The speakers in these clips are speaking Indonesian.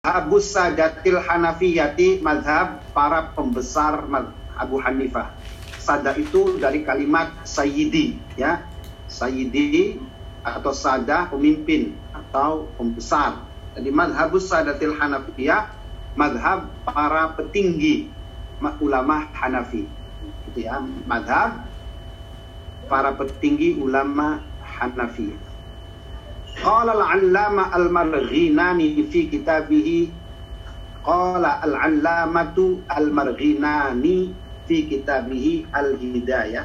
Madhabus Sadatil Hanafiyati, madhab para pembesar Abu Hanifah. Sada itu dari kalimat sayyidi, ya. Sayyidi atau sada pemimpin atau pembesar. Jadi madhabus Sadatil Hanafiyah, madhab para petinggi ulama Hanafi. Gitu ya, madhab para petinggi ulama Hanafi. Qala al-allama al-Marghinani fi kitabihi, qala al-allamatu al-Marghinani fi kitabihi al-Hidayah.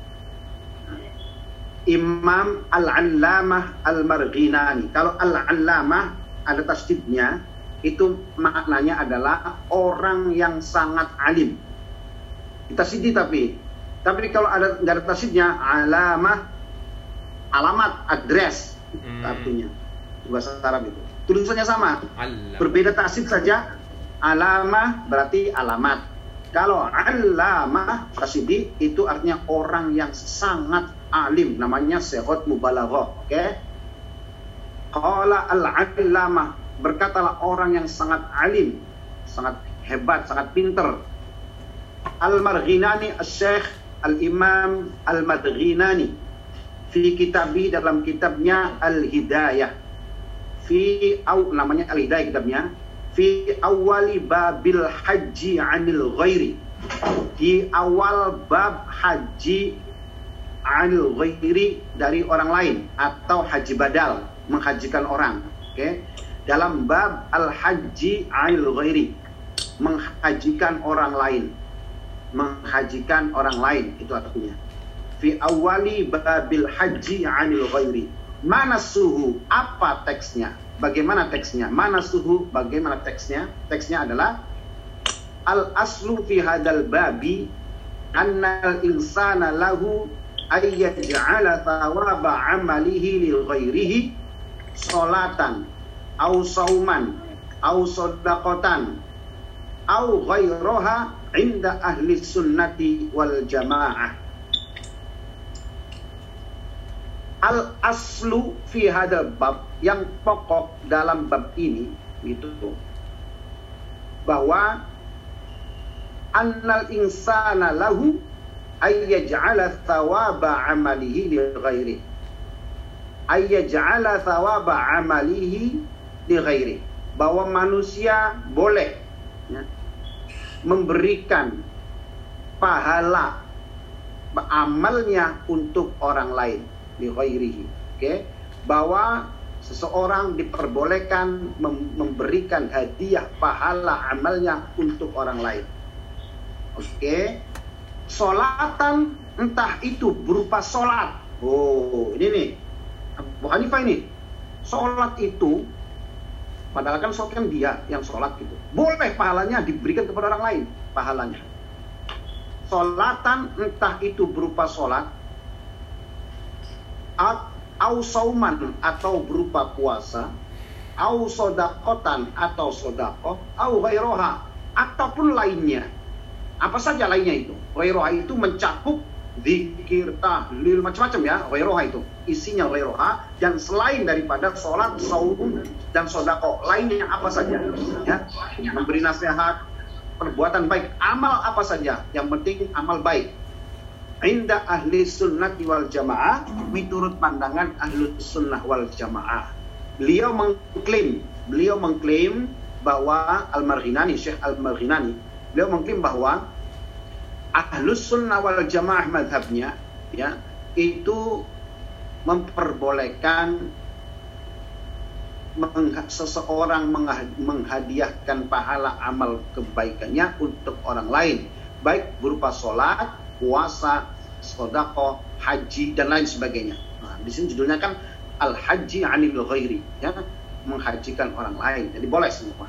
Imam al-allamah al-Marghinani. Kalau al-allamah ada tasdidnya, itu maknanya adalah orang yang sangat alim. Tasdid tapi kalau ada nggak ada tasdidnya, alamah, alamat, address artinya bahasa Arab itu. Tulisannya sama, berbeda tasdid saja. Alamah berarti alamat. Kalau alamah tasdid itu artinya orang yang sangat alim, namanya sighah mubalaghah. Oke? Qala al-allamah, berkatalah orang yang sangat alim, sangat hebat, sangat pinter. Al-Marghinani, Syekh Al-Imam Al-Marghinani fi kitabi, dalam kitabnya Al-Hidayah, namanya Al-Hidayah kitabnya, fi awali babil haji anil ghairi, di awal bab haji anil ghairi, dari orang lain, atau haji badal, menghajikan orang. Oke? Dalam bab al-haji anil ghairi, menghajikan orang lain, menghajikan orang lain, itu artinya. Fi awali babil haji anil ghairi. Mana suhu? Apa teksnya? Bagaimana teksnya? Mana suhu? Bagaimana teksnya? Teksnya adalah al aslu fi hadal babi annal insana lahu ayyaj'ala thawaba amalihi li ghairihi salatan au sauman au sadaqatan au ghairaha inda ahli sunnati wal jamaah. Al aslu fi hadal bab, yang pokok dalam bab ini gitu, bahwa annal insana lahu ayyaj'ala thawaba amalihi li ghairi, ayyaj'ala thawaba amalihi li ghairi, bahwa manusia boleh, ya, memberikan pahala amalnya untuk orang lain, li ghairihi. Oke? Bahwa seseorang diperbolehkan memberikan hadiah pahala amalnya untuk orang lain. Oke? Solatan, entah itu berupa solat. Oh, ini nih Abu Hanifah ini. Solat itu, padahal kan solat kan dia yang solat gitu, boleh pahalanya diberikan kepada orang lain, pahalanya. Solatan, entah itu berupa solat, au sauman, atau berupa puasa, au sodakotan, atau sodako, au ghairoha, ataupun lainnya. Apa saja lainnya itu? Ghairoha itu mencakup zikir, tahlil, macam-macam ya. Ghairoha itu isinya ghairoha, dan selain daripada sholat, saum, dan sodako, lainnya apa saja ya. Memberi nasihat, perbuatan baik, amal apa saja, yang penting amal baik. Inda ahli sunnati wal jamaah, menurut pandangan ahli sunnah wal jamaah. Beliau mengklaim bahwa Al-Marghinani, Syekh Al-Marghinani, beliau mengklaim bahwa ahli sunnah wal jamaah madhabnya, ya, itu memperbolehkan seseorang menghadiahkan pahala amal kebaikannya untuk orang lain, baik berupa sholat, puasa, sedekah, haji, dan lain sebagainya. Nah, di sini judulnya kan al-haji anil ghairi, ya, menghajikan orang lain. Jadi boleh semua.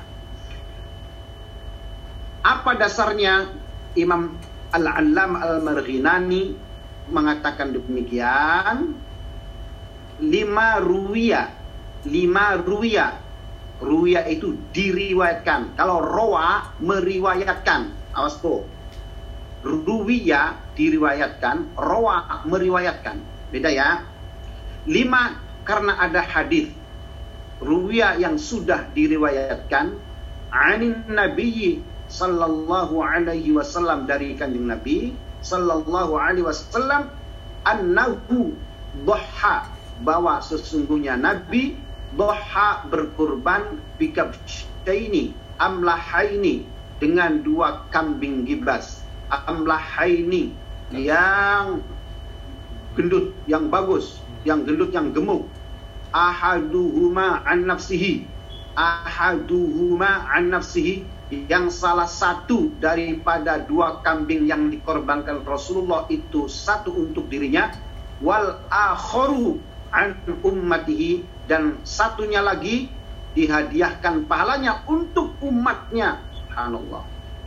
Apa dasarnya Imam Al-Allam Al-Marghinani mengatakan demikian? Lima ruwiya. Ruwiya itu diriwayatkan. Kalau rawa, meriwayatkan. Awas tuh. Ruwiya diriwayatkan, rawa meriwayatkan. Beda ya. 5 karena ada hadis. Ruwiya yang sudah diriwayatkan, anin Nabi sallallahu alaihi wasallam, dari kanjeng Nabi sallallahu alaihi wasallam, annahu dhaha, bahwa sesungguhnya Nabi dhaha berkurban bikabsyaini amlahaini, dengan 2 kambing gibas. Amlahaini yang gendut, yang bagus, yang gendut, yang gemuk. Ahaduhuma an nafsihi, ahaduhuma an nafsihi, yang salah satu daripada 2 kambing yang dikorbankan Rasulullah itu satu untuk dirinya, wal akharu an ummatihi, dan satunya lagi dihadiahkan pahalanya untuk umatnya. Subhanallah.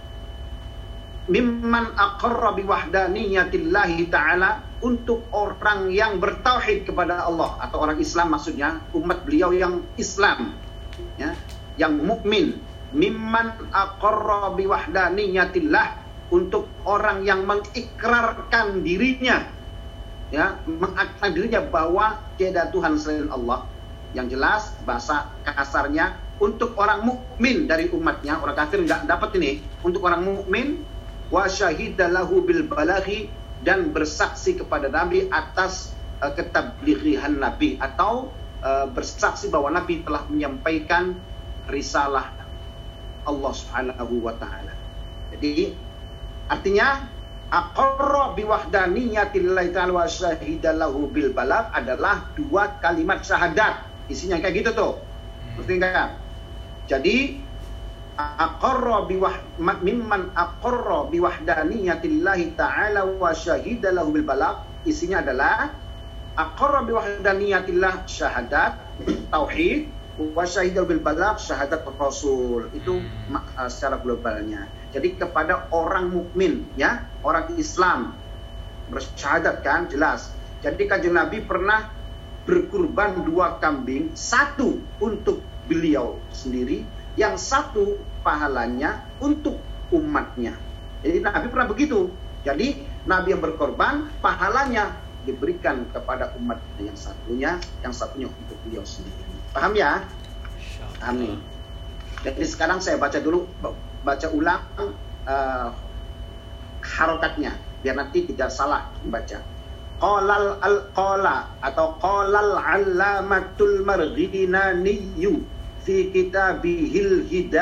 Mimman aqarra biwahdaniyatillahi ta'ala, untuk orang yang bertauhid kepada Allah, atau orang Islam maksudnya, umat beliau yang Islam, ya, yang mukmin. Mimman aqarra biwahdaniyatillah, untuk orang yang mengikrarkan dirinya, ya, mengikrarkan dirinya bahwa tiada Tuhan selain Allah. Yang jelas bahasa kasarnya, untuk orang mukmin dari umatnya, orang kafir nggak dapat ini. Untuk orang mukmin, wa syahida lahu bil balaghi, dan bersaksi kepada Nabi atas ketablighihan Nabi, atau bersaksi bahwa Nabi telah menyampaikan risalah Allah Subhanahu wa taala. Jadi artinya aqarra biwahdaniyatillahi ta'ala wa syahida lahu bil balagh adalah 2 kalimat syahadat. Isinya kayak gitu tuh. Ngerti enggak? Jadi mimman aqarra biwahdaniyatillahi ta'ala wa syahida lahu bil balagh, isinya adalah aqarra biwahdaniyatillah, syahadat tauhid, wa syahida bil balagh, syahadat Rasul. Itu secara globalnya. Jadi kepada orang mukmin, ya, orang Islam bersyahadat, kan jelas. Jadi kanjeng Nabi pernah berkurban 2 kambing, satu untuk beliau sendiri, yang satu pahalanya untuk umatnya. Jadi Nabi pernah begitu. Jadi Nabi yang berkorban, pahalanya diberikan kepada umatnya yang satunya untuk beliau sendiri. Paham ya? Amin. Jadi sekarang saya baca ulang harokatnya, biar nanti tidak salah membaca. Qala atau qalal allamatul marghinaniyu fi kitabihil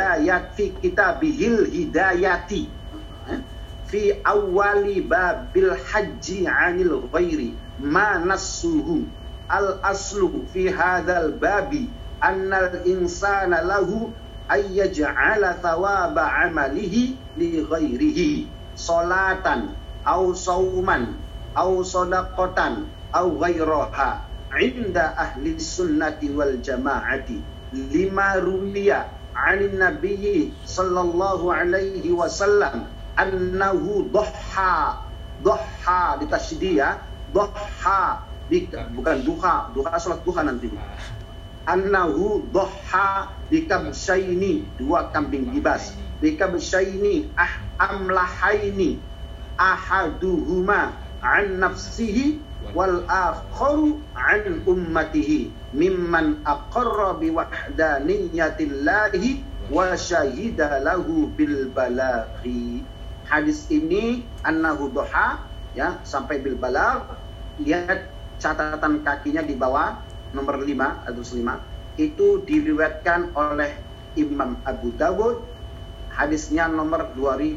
hidayati fi awali babil haji anil ghairi ma nassuhu al aslu fi hadzal babi annal insana lahu ay yaj'ala thawaba amalihi li ghairihi salatan aw sauman aw sadaqatan aw ghairaha inda ahli sunnati wal jamaati lima ruwiya 'anin nabiyyi sallallahu alaihi wasallam annahu dhaha ditasydid, dhaha bukan duha salat duha nanti. Annahu dhaha bikabsyaini, 2 kambing gibas, bikabsyaini amlahaini ahaduhuma an nafsihi wal akharu an ummatihi mimman aqarra bi wahdaniyatillahi wa syahida lahu bil balaghi. Hadis ini annahu dhaha, ya, sampai bil balagh. Lihat catatan kakinya di bawah nomor 5 atau 5. Itu diriwayatkan oleh Imam Abu Dawud, hadisnya nomor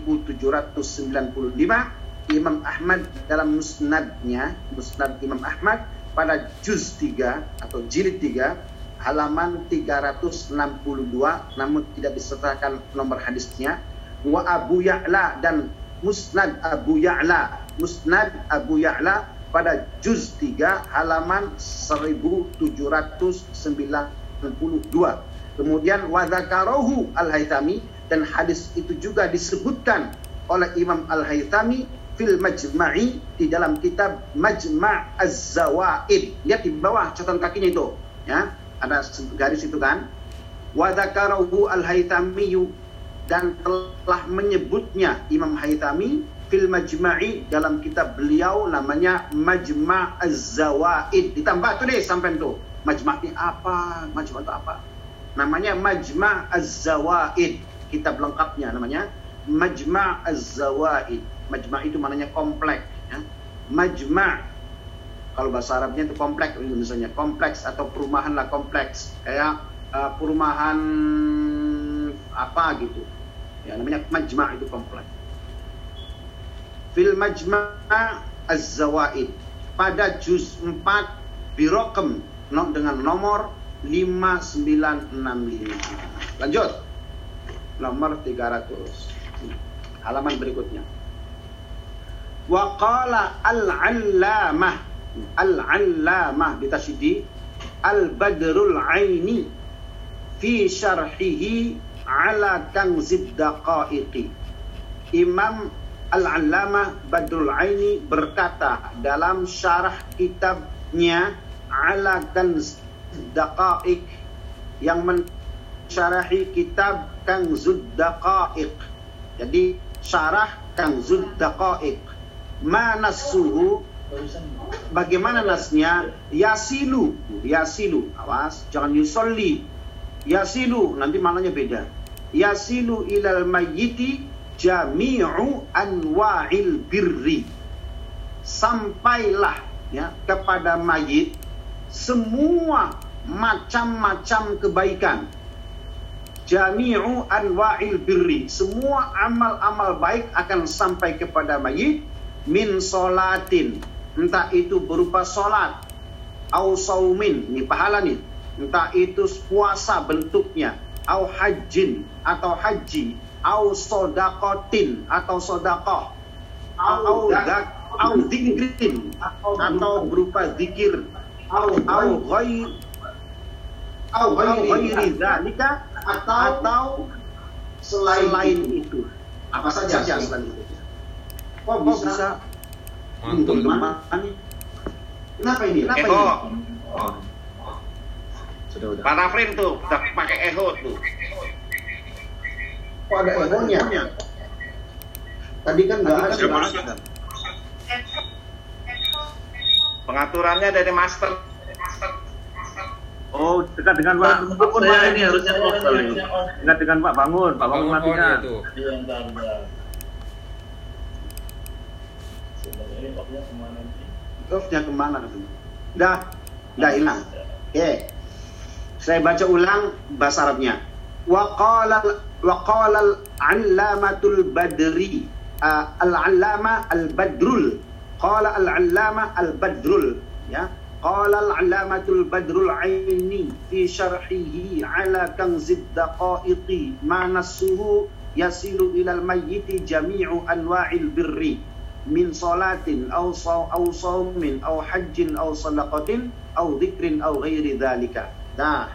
2795. Imam Ahmad dalam musnadnya, musnad Imam Ahmad pada juz 3 atau jilid 3 halaman 362, namun tidak disertakan nomor hadisnya. Wa Abu Ya'la, dan musnad Abu Ya'la pada juz 3 halaman 1792. Kemudian wa dzakarahu Al-Haythami, dan hadis itu juga disebutkan oleh Imam Al-Haythami fil Majma'i, di dalam kitab Majma' Az-Zawaid. Lihat di bawah catatan kakinya itu, ya, ada garis itu kan. Wa dzakarahu Al-Haythami, dan telah menyebutnya Imam Haythami fil Majma'i, dalam kitab beliau namanya Majma' Az-Zawaid. Ditambah tuh deh sampai tuh. Majma' itu apa? Majma' itu apa? Namanya Majma' Az-Zawaid. kitab lengkapnya namanya Majma' Az-Zawaid. Majma' itu maknanya kompleks ya. Majma' kalau bahasa Arabnya itu kompleks, misalnya kompleks atau perumahan lah, kompleks kayak perumahan apa gitu ya, namanya Majma' itu kompleks. Fil Majma' Az-Zawaid pada juz 4 birokam dengan nomor 5965. Lanjut nomor 300 halaman berikutnya. Wa qala al-allamah bitasyidi al-Badrul Aini fi syarhihi ala Kanzid Daqaiqi. Imam Al-Allamah Badrul Aini berkata dalam syarah kitabnya ala Kanzid Daqaiq yang mensyarahi kitab Kanzud Daqaiq. Jadi syarah Kanzud Daqaiq. Manassuhu, bagaimana nasnya? Yasilu, awas jangan yusolli. Yasilu nanti maknanya beda. Yasilu ilal mayyiti jami'u anwa'il birri. Sampailah ya kepada mayit semua macam-macam kebaikan. Jami'u anwa'il birri, semua amal-amal baik akan sampai kepada mayit. Min solatin, entah itu berupa solat, au saumin, ini pahala nih, entah itu puasa bentuknya, au hajjin atau haji, au sodakotin atau sodakoh, au zikrin atau berupa zikir, au ghairi dzalika atau selain itu. Apa saja selain itu? Kok bisa mantul gimana nih? Kenapa ini? Eho. Sudah. Pak Rafrin tuh udah pakai eho tuh. Kok ada ehonya? Tadi kan nggak ada. Pengaturannya dari master. Oh, dekat dengan Pak Bangun ya, ini harusnya off kali. Dekat dengan Pak Bangun matinya. Iya, entar. Sebenarnya Off-nya kemana? Dah hilang. Oke. Saya baca ulang bahasa Arabnya. Wa qala al-'allamatul badri al-'allama al-badrul. Qala al-'allama al-badrul ya. Qala al-'allamatul badrul aini fi syarhihi ala Kanzid Daqaiqi manassuhu yasilu ilal mayyiti jami'u anwa'il birri min salatin aw saumin aw hajjin aw sadaqatin aw dzikrin aw ghairi dzalika. Nah,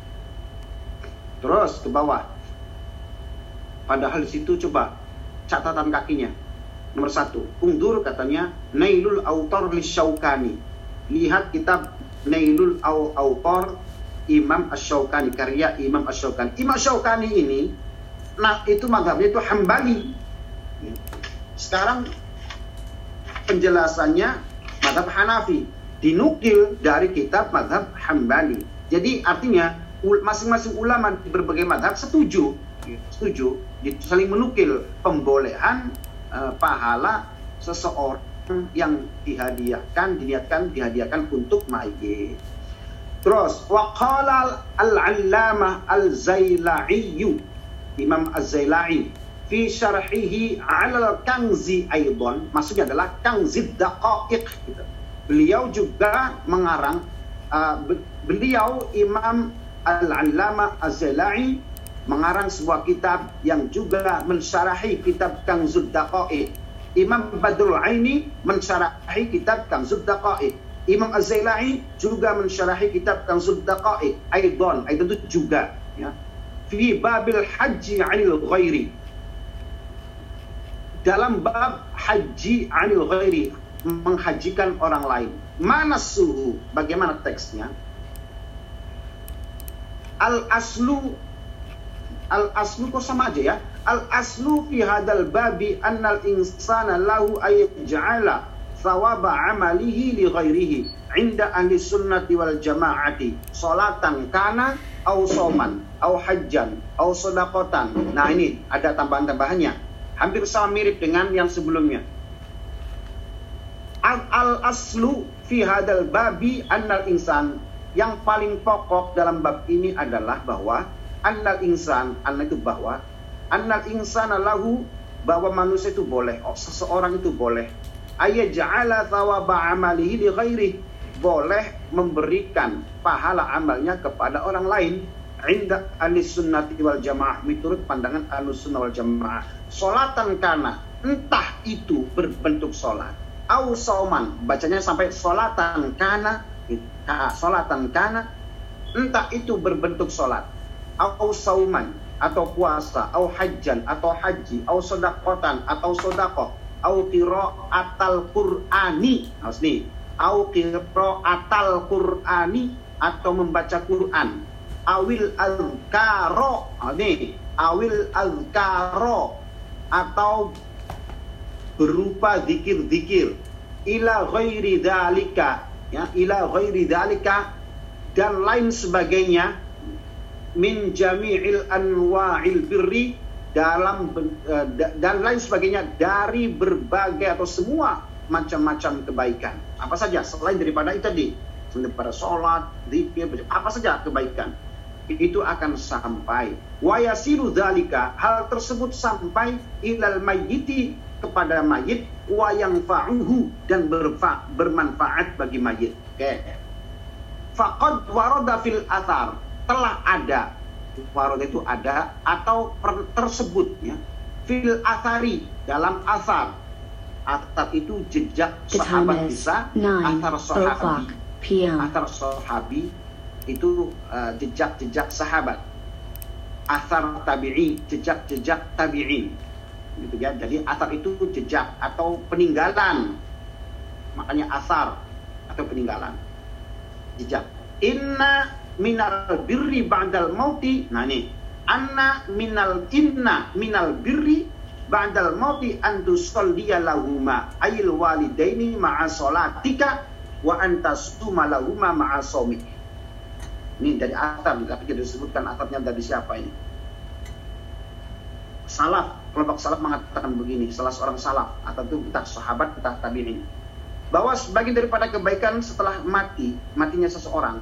terus ke bawah. Padahal di situ coba catatan kakinya. Nomor 1, undur katanya Nailul Autar Lisyaukani. Lihat kitab Nailul Autar Imam Asy-Syaukani, karya Imam Asy-Syaukani. Imam Asy-Syaukani ini nah itu mazhabnya itu Hambali. Sekarang penjelasannya mazhab Hanafi, dinukil dari kitab mazhab Hambali. Jadi artinya masing-masing ulama di berbagai mazhab setuju saling menukil pembolehan pahala seseorang yang diniatkan dihadiahkan untuk mayit. Terus waqala al-'allamah al-Zailai, Imam Az-Zailai fi syarhihi 'ala al-Kanzi aidan, maksudnya adalah Kanzid Daqaiq gitu. Beliau juga mengarang beliau Imam Al-'Allamah Az-Zailai mengarang sebuah kitab yang juga mensyarahi kitab Kanzud Daqaiq. Imam Badrul Aini mensyarahi kitab Kanzud Daqaiq. Imam Az-Zailai juga mensyarahi kitab Kanzud Daqaiq. Aidan itu juga ya. Fi babil haji 'anil ghairi, dalam bab haji 'anil ghairi, menghajikan orang lain. Mana suhu? Bagaimana teksnya? Al-aslu kok sama aja ya. Al-aslu fi hadal babi annal insana lahu ayja'ala thawaba amalihi li ghairihi 'inda ahli sunnati wal jama'ati salatan kana aw sauman. au hajjan, au shadaqatan. Nah ini ada tambahan-tambahannya. Hampir sama mirip dengan yang sebelumnya. Al-aslu fi hadal babi annal insan. Yang paling pokok dalam bab ini adalah bahwa annal insan, anna itu bahwa annal insana lahu, bahwa manusia itu boleh, seseorang itu boleh ayaj'ala thawaba amalihi li ghairi, boleh memberikan pahala amalnya kepada orang lain. Inda ahlis sunnati wal jamaah, menurut pandangan ahlus sunnah wal jamaah, solatan kana, entah itu berbentuk solat, au sauman, bacanya sampai solatan kana, entah itu berbentuk solat, au sauman atau puasa, au hajjan atau haji, au sodakotan atau sodako, au qira'atal qur'ani, harus nih, au qira'atal qur'ani atau membaca Quran, awil azkaro, nih, awil azkaro atau berupa zikir-zikir, ila ghairi dzalika, ya, ila ghairi dzalika dan lain sebagainya, min jami'il anwa'il birri, dalam dan lain sebagainya dari berbagai atau semua macam-macam kebaikan. Apa saja selain daripada itu tadi, selain daripada sholat, zikir, apa saja kebaikan itu akan sampai. Wa yasiru dzalika, hal tersebut sampai ilal mayyiti, kepada mayit, wa yanfa'uhu, dan bermanfaat bagi mayit. Oke. Faqad warada fil athar, telah ada, warada itu ada atau tersebut, ya, fil athari, dalam asar. Athar itu jejak sahabat bisa, athar sahabi, athar sahabi itu jejak-jejak sahabat, athar tabi'i, jejak-jejak tabi'in, gitu ya. Jadi athar itu jejak atau peninggalan, makanya athar atau peninggalan, jejak. Inna minal birri ba'dal mauti, nah ini, inna minal birri ba'dal mauti an tusalliya lahuma ayil walidaini ma'a sholatika wa antasuma lahuma ma'a shaumika. Ini dari athar, tapi tidak disebutkan atharnya dari siapa ini. Salaf, kelompok salaf mengatakan begini, salah seorang salaf, atau itu entah sahabat, entah tabi'in, bahwa sebagian daripada kebaikan setelah matinya seseorang,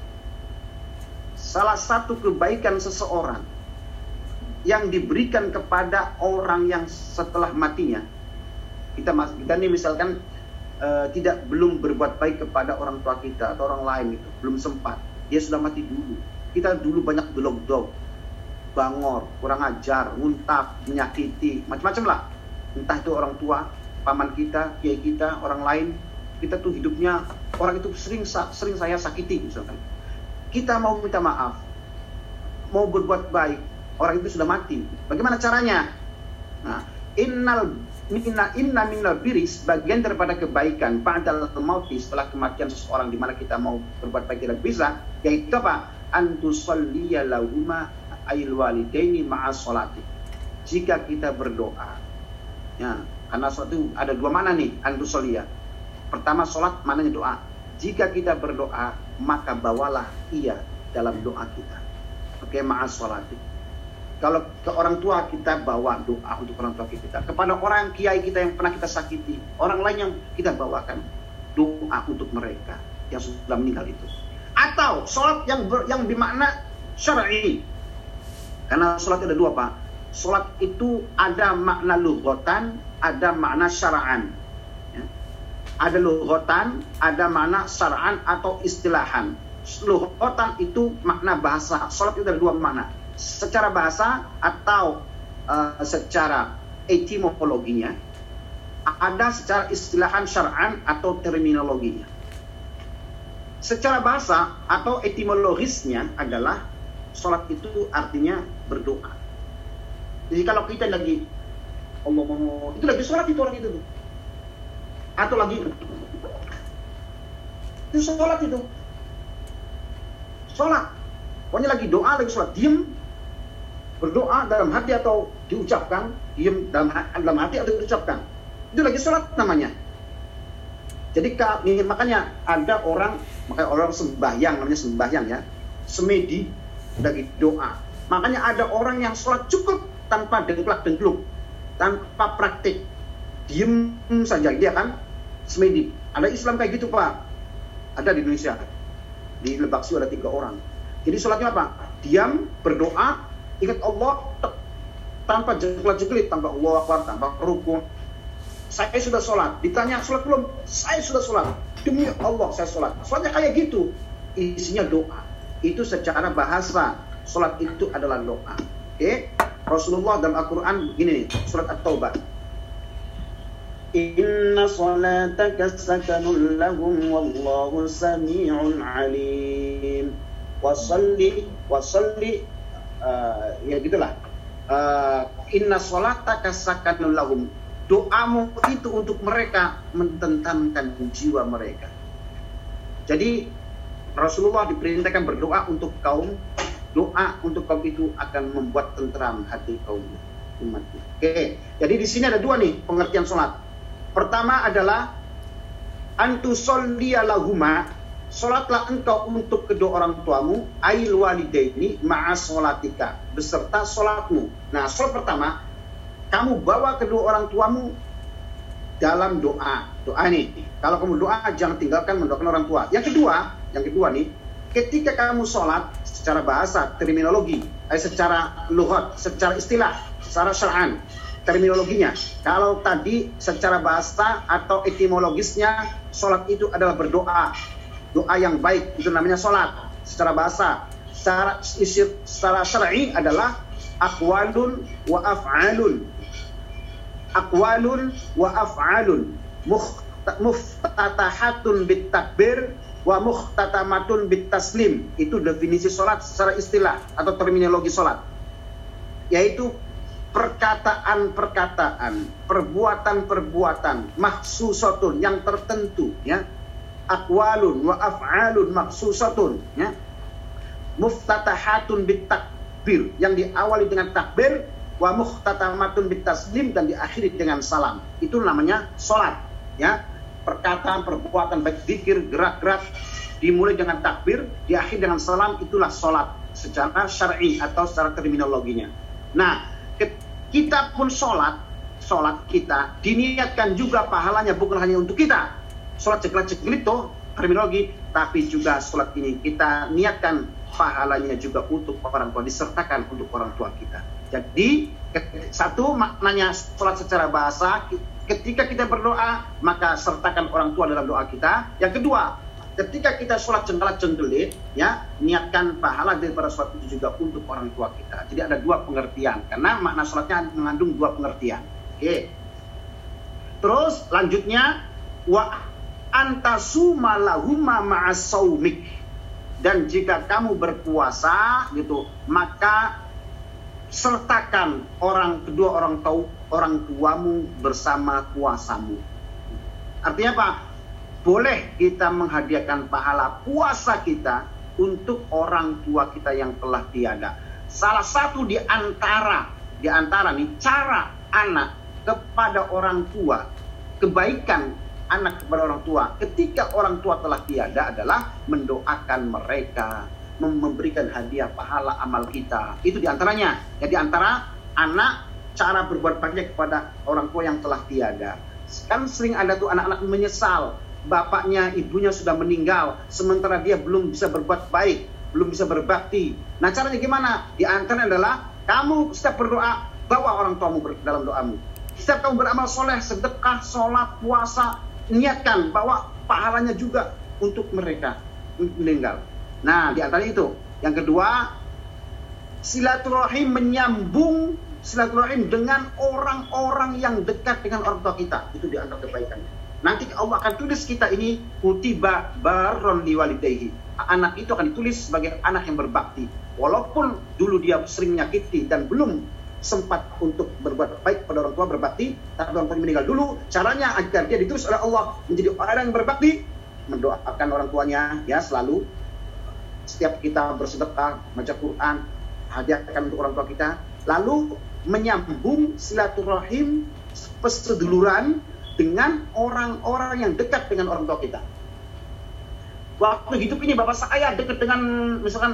salah satu kebaikan seseorang yang diberikan kepada orang yang setelah matinya, kita ini misalkan belum berbuat baik kepada orang tua kita atau orang lain, itu belum sempat, dia sudah mati dulu, kita dulu banyak dolog-dog, bangor, kurang ajar, nguntap, menyakiti, macam-macam lah, entah itu orang tua, paman kita, kiai kita, orang lain, kita tuh hidupnya orang itu sering saya sakiti misalkan. Kita mau minta maaf, mau berbuat baik, orang itu sudah mati. Bagaimana caranya? Nah, inna minal birri, bagian daripada kebaikan ba'dal mauti, setelah kematian seseorang, di mana kita mau berbuat baik tidak bisa, yaitu apa? Antusalliya lahuma ayil walidaini ma'a sholati. Jika kita berdoa, ya, karena suatu ada dua makna nih, antusalliya. Pertama sholat, maknanya doa. Jika kita berdoa, maka bawalah ia dalam doa kita. Oke, ma'a sholati. Kalau ke orang tua kita bawa doa untuk orang tua kita, kepada orang kiai kita yang pernah kita sakiti, orang lain yang kita bawakan doa untuk mereka yang sudah meninggal itu. Atau sholat yang bermakna syar'i. Karena sholat ada dua, Pak. Sholat itu ada makna lughatan, ada makna syara'an. Ya. Ada lughatan, ada makna syara'an atau istilahan. Lughatan itu makna bahasa. Sholat itu ada dua makna. Secara bahasa atau secara etimologinya, ada secara istilahan syar'an atau terminologinya. Secara bahasa atau etimologisnya adalah sholat itu artinya berdoa. Jadi kalau kita lagi itu lagi sholat itu orang itu tuh. Atau lagi itu sholat itu. Sholat. Pokoknya lagi doa, lagi sholat, diam, berdoa dalam hati atau diucapkan, diam dalam hati atau diucapkan. Itu lagi sholat namanya. Jadi makanya ada orang sembahyang, namanya sembahyang ya, semedi, dari doa. Makanya ada orang yang sholat cukup tanpa dengklak-dengkluk, tanpa praktik, diem saja, dia kan semedi. Ada Islam kayak gitu Pak, ada di Indonesia, di Lebak Siu ada 3 orang. Jadi sholatnya apa? Diam, berdoa, ingat Allah, tanpa jengklak-jengklik, tanpa Allah Akbar, tanpa rukun. Saya sudah sholat, ditanya sholat belum? Saya sudah sholat, demi Allah saya sholat. Sholatnya kayak gitu, isinya doa. Itu secara bahasa, sholat itu adalah doa. Oke? Rasulullah dalam Al-Quran begini nih, surat At-Taubah. Inna salataka sakanun lahum wallahu sami'un alim. Wasalli, ya gitulah. Inna salataka sakanun lahum. Doamu itu untuk mereka, menenangkan jiwa mereka. Jadi Rasulullah diperintahkan berdoa untuk kaum. Doa untuk kaum itu akan membuat tentram hati kaum umat. Oke, jadi di sini ada 2 nih pengertian sholat. Pertama adalah antusolliya lahuma, sholatlah engkau untuk kedua orang tuamu, ail walidaini ma'a sholatika, beserta sholatmu. Nah, sholat pertama, kamu bawa kedua orang tuamu dalam doa. Doa nih, kalau kamu doa jangan tinggalkan mendoakan orang tua. Yang kedua nih, ketika kamu sholat secara bahasa, terminologi, secara lughat, secara istilah, secara syar'an, terminologinya. Kalau tadi secara bahasa atau etimologisnya, sholat itu adalah berdoa. Doa yang baik, itu namanya sholat. Secara bahasa, secara syar'i adalah aqwalun wa af'alun. Aqwalun wa af'alun. Muftatahatun bit takbir wa muhtatamatun bit taslim. Itu definisi sholat secara istilah atau terminologi sholat, yaitu perkataan-perkataan, perbuatan-perbuatan mahsusatun yang tertentu, ya. Aqwalun wa af'alun mahsusatun, ya. Muftatahatun bit takbir, yang diawali dengan takbir, wa muhtatamatun bit taslim, dan diakhiri dengan salam. Itu namanya sholat, ya. Perkataan, perbuatan, baik zikir, gerak-gerak, dimulai dengan takbir, diakhiri dengan salam, itulah sholat secara syar'i atau secara terminologinya. Nah, kita pun sholat kita diniatkan juga pahalanya bukan hanya untuk kita. Sholat ceklek-ceklik itu terminologi, tapi juga sholat ini kita niatkan pahalanya juga untuk orang tua, disertakan untuk orang tua kita. Jadi, satu maknanya sholat secara bahasa, ketika kita berdoa, maka sertakan orang tua dalam doa kita. Yang kedua, ketika kita sholat cengkelak-cengkelit, ya, niatkan pahala daripada sholat itu juga untuk orang tua kita. Jadi ada 2 pengertian, karena makna sholatnya mengandung 2 pengertian. Oke. Terus lanjutnya, wa antasuma lahuma ma'as saumik. Dan jika kamu berpuasa, gitu, maka sertakan kedua orang tuamu bersama puasamu. Artinya apa? Boleh kita menghadiahkan pahala puasa kita untuk orang tua kita yang telah tiada. Salah satu di antara nih cara anak kepada orang tua, kebaikan anak kepada orang tua ketika orang tua telah tiada adalah mendoakan mereka, memberikan hadiah pahala amal kita. Itu diantaranya. Jadi antara anak cara berbuat baiknya kepada orang tua yang telah tiada. Kan sering ada tuh anak-anak menyesal, bapaknya, ibunya sudah meninggal, sementara dia belum bisa berbuat baik, belum bisa berbakti. Nah, caranya gimana? Di antaranya adalah kamu setiap berdoa, bawa orang tuamu dalam doamu. Setiap kamu beramal soleh, sedekah, sholat, puasa, niatkan bahwa pahalanya juga untuk mereka meninggal. Nah, di antara itu. Yang kedua, silaturahim, menyambung silaturahim dengan orang-orang yang dekat dengan orang tua kita. Itu di antara kebaikannya. Nanti Allah akan tulis kita ini kutiba barron liwalidayhi. Anak itu akan ditulis sebagai anak yang berbakti. Walaupun dulu dia sering menyakiti dan belum sempat untuk berbuat baik pada orang tua, berbakti, tapi orang tua meninggal dulu. Caranya agar dia ditulis oleh Allah menjadi orang yang berbakti, mendoakan orang tuanya, ya, selalu. Setiap kita bersedekah, baca Quran, hadiahkan untuk orang tua kita, lalu menyambung silaturahim, perseduluran dengan orang-orang yang dekat dengan orang tua kita. Waktu hidup ini bapak saya dekat dengan misalkan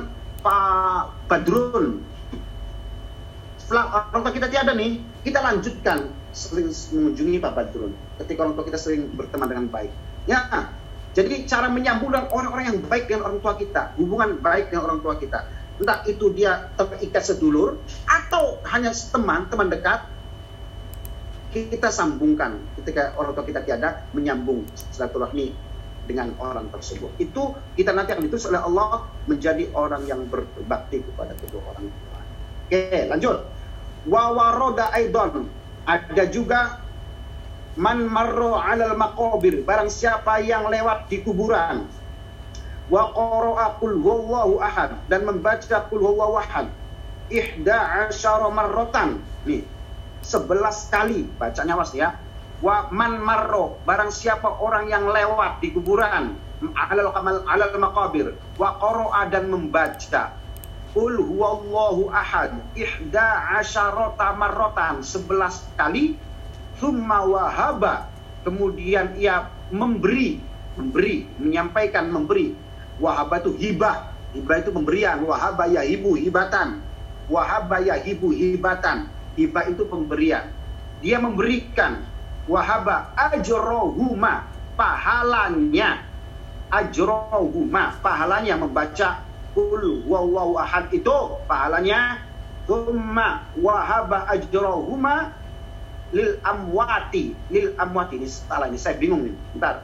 Pak Badrun. Setelah orang tua kita tiada nih, kita lanjutkan sering mengunjungi Pak Badrun. Ketika orang tua kita sering berteman dengan baik. Ya, jadi cara menyambung dengan orang-orang yang baik dengan orang tua kita, hubungan baik dengan orang tua kita. Entah itu dia terikat sedulur atau hanya teman dekat, kita sambungkan ketika orang tua kita tiada, menyambung silaturahmi dengan orang tersebut. Itu kita nanti akan ditulis oleh Allah menjadi orang yang berbakti kepada kedua orang tua. Oke, lanjut. Wa waroda aidon, ada juga man marro alal maqabir, barang siapa yang lewat di kuburan. Wa qara'a qul huwallahu ahad, dan membaca qul huwallahu ahad 11 marratan. Nih, 11 kali bacanya, was ya. Wa man marro, barang siapa orang yang lewat di kuburan, alal maqabir, wa qara'a, dan membaca qul huwallahu ahad 11 marratan, 11 kali. Thumma wahaba, kemudian ia memberi, menyampaikan, memberi. Wahaba itu hibah, hibah itu pemberian. Wahaba yahibu hibatan, wahaba yahibu hibatan, hibah itu pemberian. Dia memberikan. Wahaba ajrohuma, pahalanya. Ajrohuma, pahalanya membaca qul huwallahu ahad itu pahalanya. Thumma wahaba ajrohuma lil amwati, ini salah, ini saya bingung nih, bentar.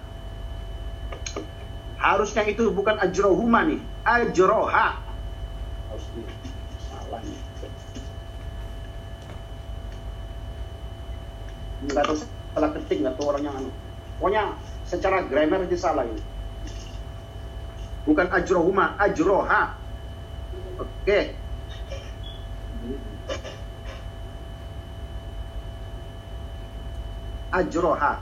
Harusnya itu bukan ajrohuma nih, ajroha. Harus salah nih. Nggak tahu salah ketik, nggak tahu orangnya anu. Pokoknya secara grammar itu salah ini. Bukan ajrohuma, ajroha. Oke. Ajroha,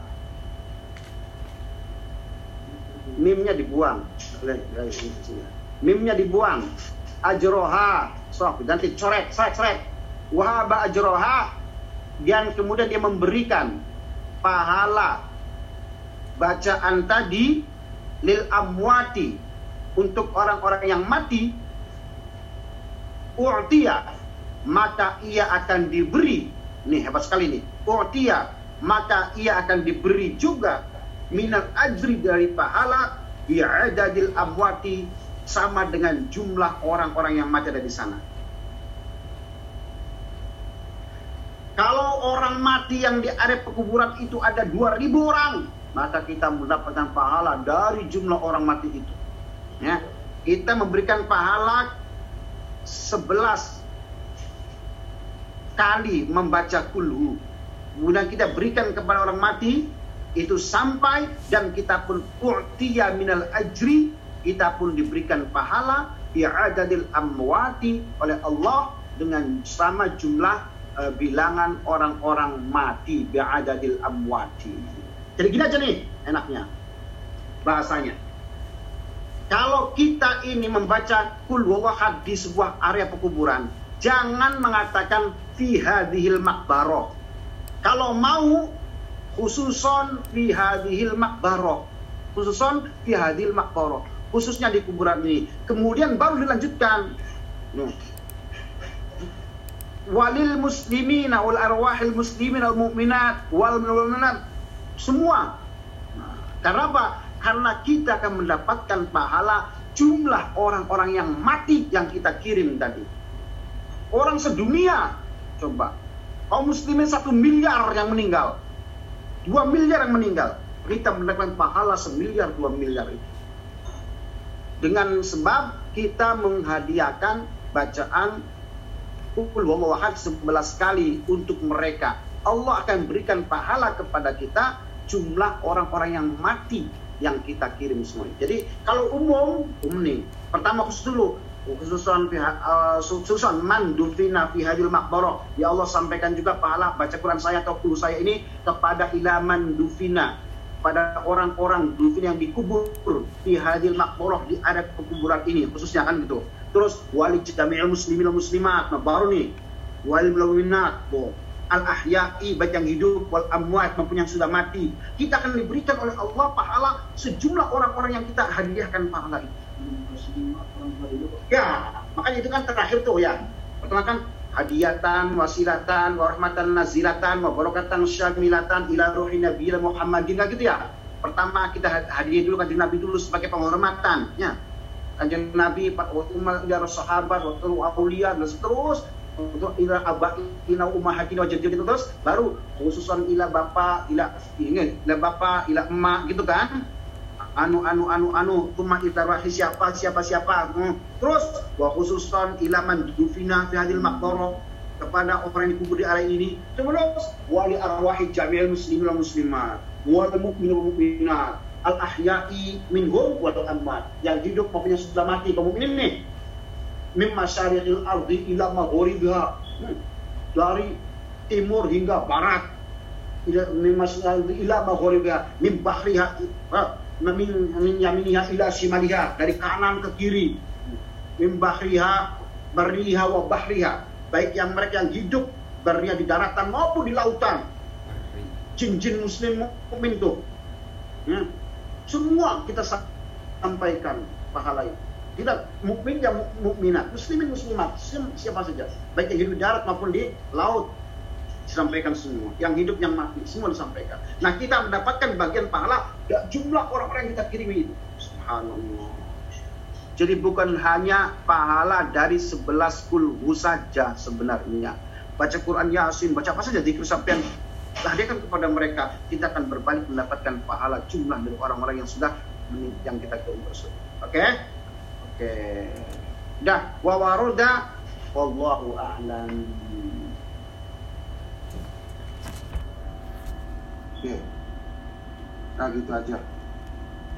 mimnya dibuang, mimnya dibuang. Ajroha, so ganti coret, seret. Wahaba ajroha, dan kemudian dia memberikan pahala bacaan tadi lil amwati, untuk orang-orang yang mati. U'tiya, maka ia akan diberi. Nih hebat sekali nih. U'tiya, maka ia akan diberi juga minal ajri, dari pahala, bi'adadil amwati, sama dengan jumlah orang-orang yang mati ada di sana. Kalau orang mati yang di area pekuburan itu ada 2.000 orang, maka kita mendapatkan pahala dari jumlah orang mati itu. Ya, kita memberikan pahala 11 kali membaca kulhu. Kemudian kita berikan kepada orang mati itu sampai, dan kita pun u'tiya minal ajri, kita pun diberikan pahala bi'adadil amwati oleh Allah dengan sama jumlah bilangan orang-orang mati, bi'adadil amwati. Jadi gini aja nih enaknya bahasanya. Kalau kita ini membaca qul huwallahu di sebuah area pekuburan, jangan mengatakan fi hadhil maqbarah. Kalau mau khususon fi hadhil maqbarah, khususnya di kuburan ini. Kemudian baru dilanjutkan walil muslimina wal arwahil muslimin wal mu'minat wal mu'minat, semua. Karena apa? Karena kita akan mendapatkan pahala jumlah orang-orang yang mati yang kita kirim tadi. Orang sedunia, coba. Kaum muslimin 1 miliar yang meninggal, 2 miliar yang meninggal, kita mendapatkan pahala 1 miliar, 2 miliar itu. Dengan sebab kita menghadiahkan bacaan qul huwallahu ahad 11 kali untuk mereka. Allah akan berikan pahala kepada kita jumlah orang-orang yang mati yang kita kirim semua. Jadi kalau umum nih. Pertama khusus dulu. Khususan man dufina fi hadil maqbarah. Ya Allah sampaikan juga pahala baca Quran saya atau qul saya ini kepada ilaman dufina, pada orang-orang dufina yang dikubur fi hadil maqbarah, di ada pekuburan ini khususnya kan gitu. Terus wali jami'il muslimin wal muslimat, nah baru nih wal mu'minat, al ahya'i, baik yang hidup, wal amwat, maupun yang sudah mati. Kita akan diberikan oleh Allah pahala sejumlah orang-orang yang kita hadiahkan pahala itu. Ya, Makanya itu kan terakhir tuh ya. Pertama kan hadiyatan, wasilatan, warahmatan nazilatan, wabarakatan syamilatan ila ruhi nabiyil Muhammadin, gitu ya. Pertama kita hadiah dulu kanjeng Nabi dulu sebagai penghormatan, ya. Kanjeng Nabi, waktu ila sahabat, waktu aulia, dan terus untuk ila abaina ummahatina wajadina, terus baru khususan ila bapak, ila bapak, ila emak, gitu kan. Anu tuma itarahi siapa terus wa khususan ila man dufina fi hadil maqbara, kepada orang yang dikubur di area ini, terus wali arwahi jami'il muslimin wal muslimat wal mu'minin wal mu'minat al ahya'i minhum wal amwat, yang hidup maupun yang sudah mati kaum mukminin nih, min masyariqil ardi ila maghribiha, dari timur hingga barat, ila maghribiha min bahriha min yaminiha ila shimaliha, dari kanan ke kiri, min bahriha barriha wa bahriha, baik yang mereka yang hidup berada di daratan maupun di lautan, jin-jin muslim mukmin tuh, ya. Semua kita sampaikan pahala itu. Kita mukmin ya mukminat, muslimin muslimat, siapa saja, baik yang hidup di darat maupun di laut, disampaikan semua. Yang hidup yang mati semua disampaikan. Nah, kita mendapatkan bagian pahala jumlah orang-orang yang kita kirimi itu. Subhanallah. Jadi bukan hanya pahala dari 11 kulhu saja sebenarnya. Baca Quran Yasin, baca apa saja zikir sampean hadiahkan kepada mereka, kita akan berbalik mendapatkan pahala jumlah dari orang-orang yang sudah yang kita kirim tersebut. Oke? Dah, wa waroda wallahu a'lam. Oke. Nah, gitu aja.